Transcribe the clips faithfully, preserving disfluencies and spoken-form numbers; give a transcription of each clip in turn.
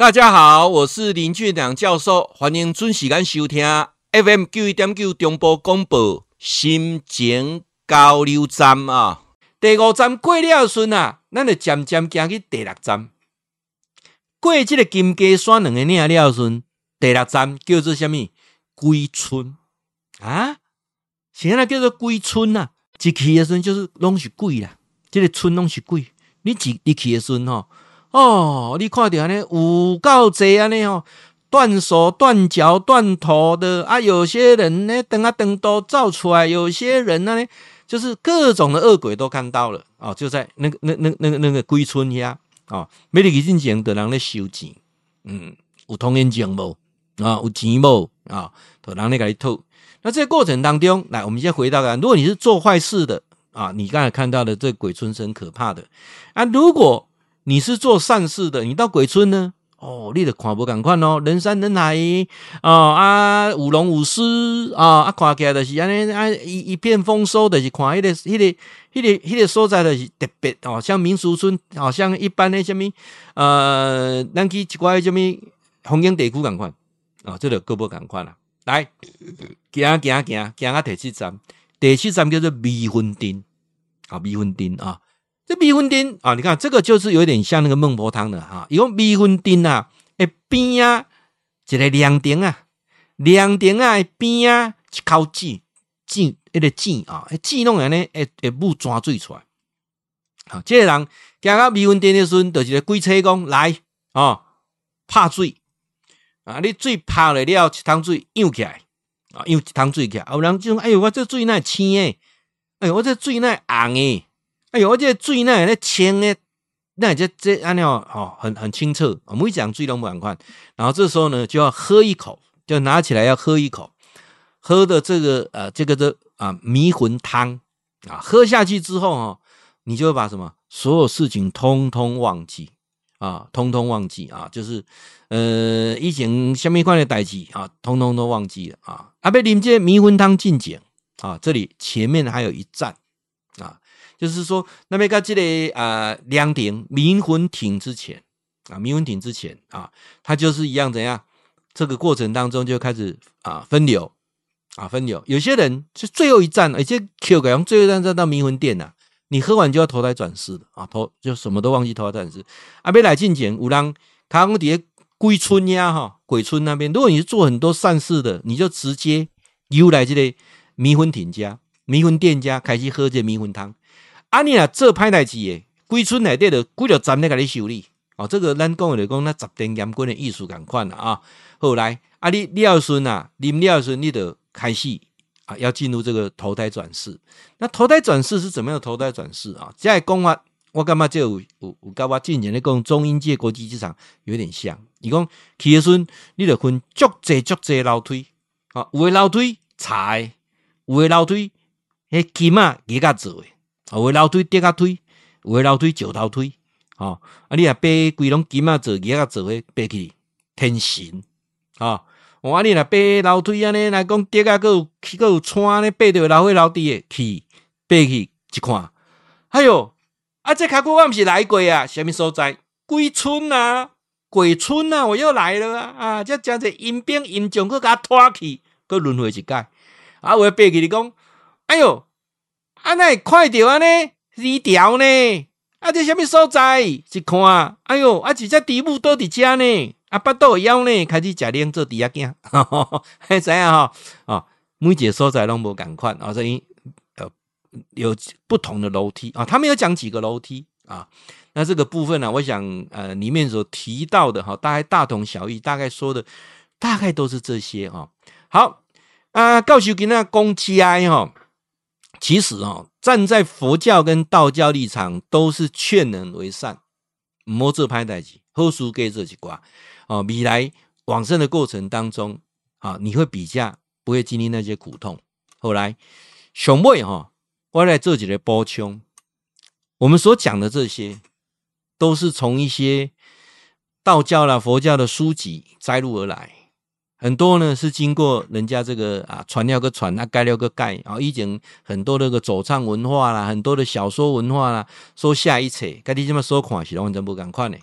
大家好，我是林俊良教授，欢迎准时间收听 F M 九一点九中波广播心情交流站啊。第五站过了顺啊，咱就渐渐行去第六站。过这个金鸡山两个岭了顺，第六站叫做什么？归村啊？现在叫做归村啊。一去的时候就是拢是鬼啦，这个村拢是鬼。你一你去的时候吼。哦，你看到安尼有够济安尼哦，断手断脚断头的啊，有些人呢等啊等都照出来，有些人呢就是各种的恶鬼都看到了哦，就在那个那那那个那个龟村遐哦，每日去进前的人咧收钱，嗯，有通眼镜无啊，有钱无啊，有人咧给你偷。那这个过程当中，来，我们先回到啊，如果你是做坏事的啊，你刚才看到的这个鬼村是很可怕的啊，如果你是做善事的，你到鬼村呢？哦，你就看不同款哦，人山人海啊啊，有龙有狮啊啊，看起来就是安尼啊一一片丰收的，就是看迄、那个迄、那个迄、那个迄、那个所在的是特别哦，像民俗村，好、哦、像一般的什么呃，咱去一寡什么风景地区同款啊，这个各不同款啦。来，行行行行到第七站，第七站叫做迷魂殿啊，迷魂殿啊。这迷魂殿啊，你看这个就是有点像那个孟婆汤的哈，因为迷魂殿啊，诶边啊一个凉亭啊，凉亭啊诶边啊一口井井那个井啊，井弄安尼会会舞泉水出来。好，这个人行到迷魂殿的时候，就是鬼车讲来哦，拍水啊，你水拍了了，一桶水扬起来啊，扬一桶水起来，有人就说：哎呦，我这水哪青诶？哎呦，我这水哪红诶？哎呦，我这水那那清的，那这这安尼哦，很很清澈。我们会讲水拢不同款，然后这时候呢，就要喝一口，就拿起来要喝一口，喝的这个呃这个的啊迷魂汤啊，喝下去之后哦，你就会把什么所有事情通通忘记啊，通通忘记啊，就是呃以前什么款的代志啊，通通都忘记了啊。啊，要啉这迷魂汤进前啊，这里前面还有一站啊。就是说，那边在这个啊凉亭迷魂亭之前啊，迷魂亭之前啊，它就是一样怎样？这个过程当中就开始啊分流啊分流。有些人是最后一站，而且 Q 改用最后一站再到迷魂殿呐、啊，你喝完就要投胎转世了啊，投就什么都忘记投胎转世。啊，要来进前有人卡讲伫鬼村呀哈，鬼村那边，如果你是做很多善事的，你就直接游来这个迷魂亭家、迷魂殿家开始喝这迷魂汤。啊，你若做歹代志诶，规村内底就几条站咧甲你修理哦。这个咱讲的就讲那十殿阎君的意思共款啦啊。后来啊，你了顺啊，啉了顺，你就开始啊，要进入这个投胎转世。那投胎转世是怎么样的投胎转世啊？这样讲法，我感觉这有有有跟我之前咧讲中英界国际机场有点像。伊讲去的时阵，你就分足济足济楼梯啊，有的楼梯柴的，有的楼梯迄金啊叶甲做的。有的楼梯跌甲推，有的楼梯石头推，哦，啊，你若爬规拢金啊做，叶啊做诶，爬去天神，哦，我、啊、你若爬楼梯安尼来讲跌啊，个有个有穿咧，爬着楼梯楼梯诶，去爬去一看，哎哟，啊，这卡古我毋是来过啊，什么所在？鬼村啊，鬼村啊，我又来了啊！啊，这真侪阴兵阴将，佮甲拖去，佮轮回一届，啊，我爬去你讲，哎哟。啊，那快点啊呢？低调呢？啊，这什么所在？一看，哎呦，啊，一只猪母倒伫遮呢，啊，巴肚枵呢，开始食奶做猪仔囝，还知影吼？啊，每一个所在拢无共款啊，所以呃有不同的楼梯啊，他们有讲几个楼梯啊。那这个部分呢、啊，我想呃里面所提到的哈，大概大同小异，大概说的大概都是这些哈。好啊，教授今仔讲起来哈。其实哦，站在佛教跟道教立场，都是劝人为善，唔好做歹代志，好事给做一寡哦。未来往生的过程当中啊，你会比较不会经历那些苦痛。后来上尾哈，我来做一个补充，我们所讲的这些，都是从一些道教啦、佛教的书籍摘录而来。很多呢是经过人家这个啊传了个传啊盖了个盖啊，以前很多那个走唱文化啦，很多的小说文化啦，所下一册，跟你这么说看是完全不同款的。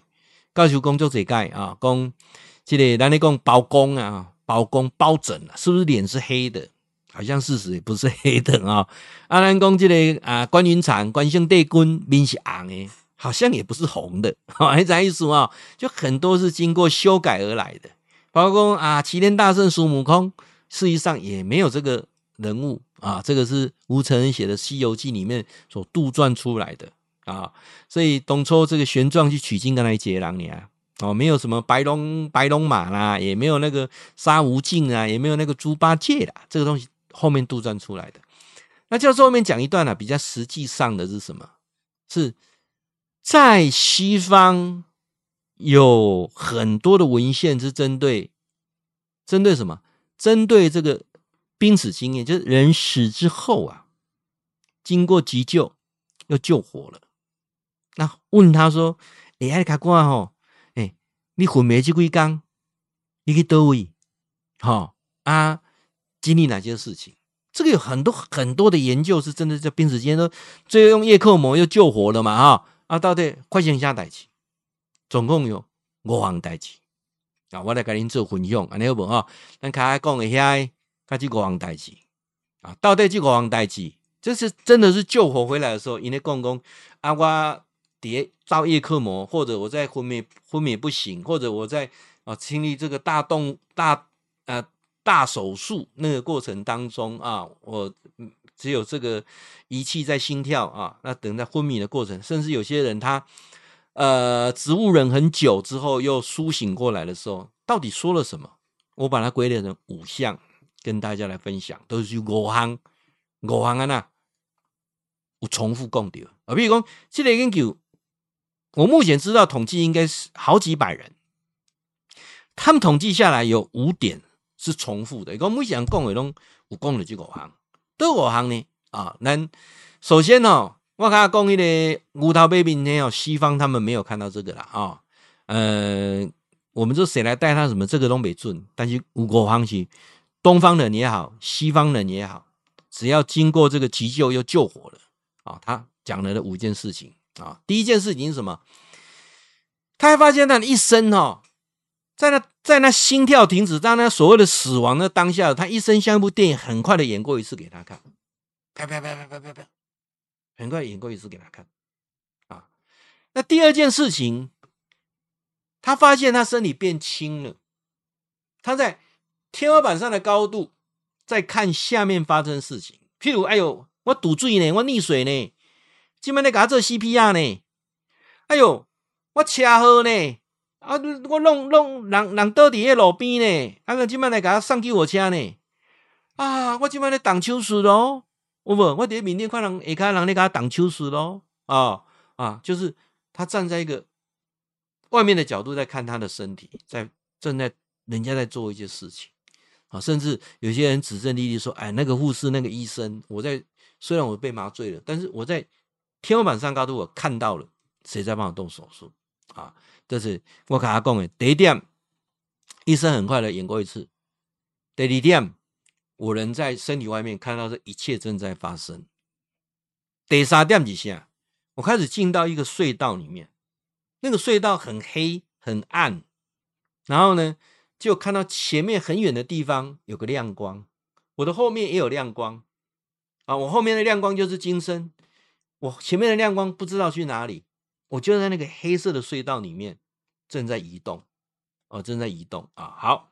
教授工作这改啊，讲这个咱咧讲包公啊，包公包拯啊，是不是脸是黑的？好像事实也不是黑的啊。啊，咱讲这个啊，关云长、关圣帝君面是红的，好像也不是红的，好，还啥意思啊？就很多是经过修改而来的。包括啊，齐天大圣孙悟空，实际上也没有这个人物啊，这个是吴承恩写的《西游记》里面所杜撰出来的啊。所以当初这个玄奘去取经跟来接人呢，哦，没有什么白龙白龙马啦，也没有那个沙悟净啊，也没有那个猪八戒啦，这个东西后面杜撰出来的。那教授后面讲一段啊，比较实际上的是什么？是在西方有很多的文献是针对针对什么？针对这个濒死经验，就是人死之后啊，经过急救又救活了。那问他说：“哎、欸，卡瓜吼，哎、欸，你昏迷这几天，你去哪位？哈啊，经历哪些事情？”这个有很多很多的研究是真的在濒死经验都最后用叶克膜又救活了嘛？哈啊，到底发生啥代志？总共有五项代志啊，我来跟您做分享，安尼好不好？咱开讲的遐，甲这五项代志啊，到底这五项代志，这是真的是救活回来的时候，因为讲讲啊，我叠造叶克膜，或者我在昏迷昏迷不醒，或者我在啊经历这个大动大呃大手术那个过程当中啊，我只有这个仪器在心跳啊，那等在昏迷的过程，甚至有些人他。呃，植物人很久之后又苏醒过来的时候，到底说了什么？我把它归类成五项，跟大家来分享，都是五项，五项啊呐，有重复讲到啊。比如讲，这个研究，我目前知道统计应该是好几百人，他们统计下来有五点是重复的。讲每项讲的拢有讲的这五项，都五项呢啊。咱首先哦。我刚刚讲那个无头背面呢，西方他们没有看到这个啦啊、哦，呃，我们说谁来带他什么，这个都没准。但是五国方是东方人也好，西方人也好，只要经过这个急救又救活了啊、哦，他讲了的五件事情啊、哦。第一件事情是什么？他还发现他的一生哦，在那在那心跳停止，在那所谓的死亡的当下，他一生像一部电影，很快的演过一次给他看，啪啪啪啪啪啪啪。很快演过一次给他看啊。那第二件事情，他发现他身体变轻了，他在天花板上的高度在看下面发生的事情，譬如哎呦我堵水呢，我溺水呢，现在在给他做 C P R 呢，哎呦我车祸呢，啊我弄弄人人倒伫路边呢，啊现在来给他上救护车呢，啊我现在在动手术咯。有无？我伫面顶看人，下骹人咧甲他动手术咯，啊啊，就是他站在一个外面的角度在看他的身体，在正在人家在做一些事情啊，甚至有些人指证莉莉说：“哎，那个护士、那个医生，我在虽然我被麻醉了，但是我在天花板上高度我看到了谁在帮我动手术啊。”这是我跟他讲的第一点，医生很快的演过一次。第二点。我人在身体外面看到这一切正在发生。第三点是啥？我开始进到一个隧道里面，那个隧道很黑很暗，然后呢，就看到前面很远的地方有个亮光，我的后面也有亮光啊，我后面的亮光就是金身，我前面的亮光不知道去哪里，我就在那个黑色的隧道里面正在移动，哦，正在移动啊，好。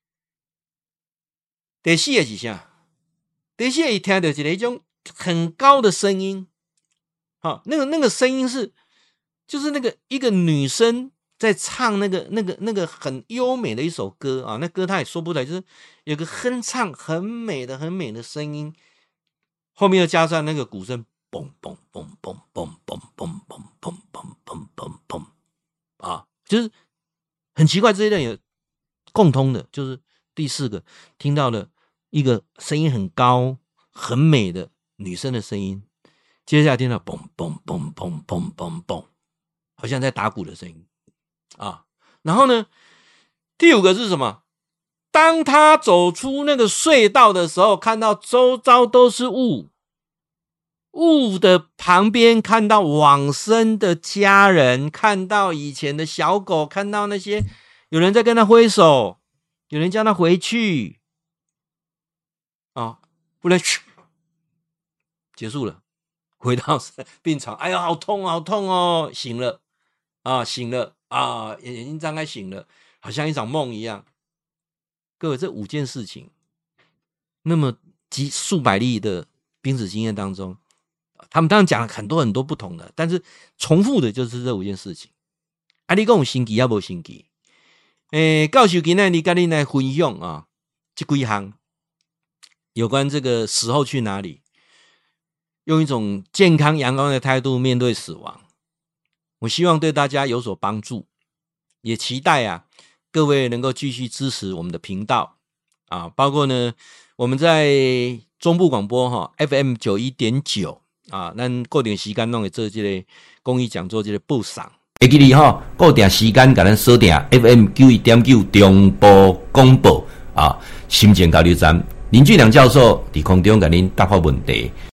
第四个是啥？第四个听到一个一种很高的声音，好，那个那个声音是，就是那个一个女生在唱那个那个那个很优美的一首歌啊，那歌她也说不出来，就是有个哼唱很美的很美的声音，后面又加上那个鼓声，嘣嘣嘣嘣嘣嘣嘣嘣嘣嘣嘣嘣嘣啊，就是很奇怪，这些人有共通的，就是第四个听到了一个声音很高很美的女生的声音，接下来听到嘣嘣嘣嘣嘣嘣嘣，好像在打鼓的声音啊。然后呢，第五个是什么？当他走出那个隧道的时候，看到周遭都是雾， 雾的旁边看到往生的家人，看到以前的小狗，看到那些有人在跟他挥手，有人叫他回去，哦，不然结束了，回到病床，哎呀，好痛好痛哦，醒了啊，醒了啊，眼睛张开醒了，好像一场梦一样。各位，这五件事情，那么几数百例的濒死经验当中，他们当然讲了很多很多不同的，但是重复的就是这五件事情。啊，你讲有神奇也无神奇？诶，教授今天你跟你来分享啊，这几项有关这个死后去哪里，用一种健康阳光的态度面对死亡，我希望对大家有所帮助，也期待啊各位能够继续支持我们的频道啊，包括呢我们在中部广播哈 F M 九十一点九 啊，咱固定时间弄会做这个公益讲座这个播送。会记你哈，固定时间甲咱锁定 F M 九十一点九 中部广播啊，心情交流站林俊良教授伫空中甲您答复问题。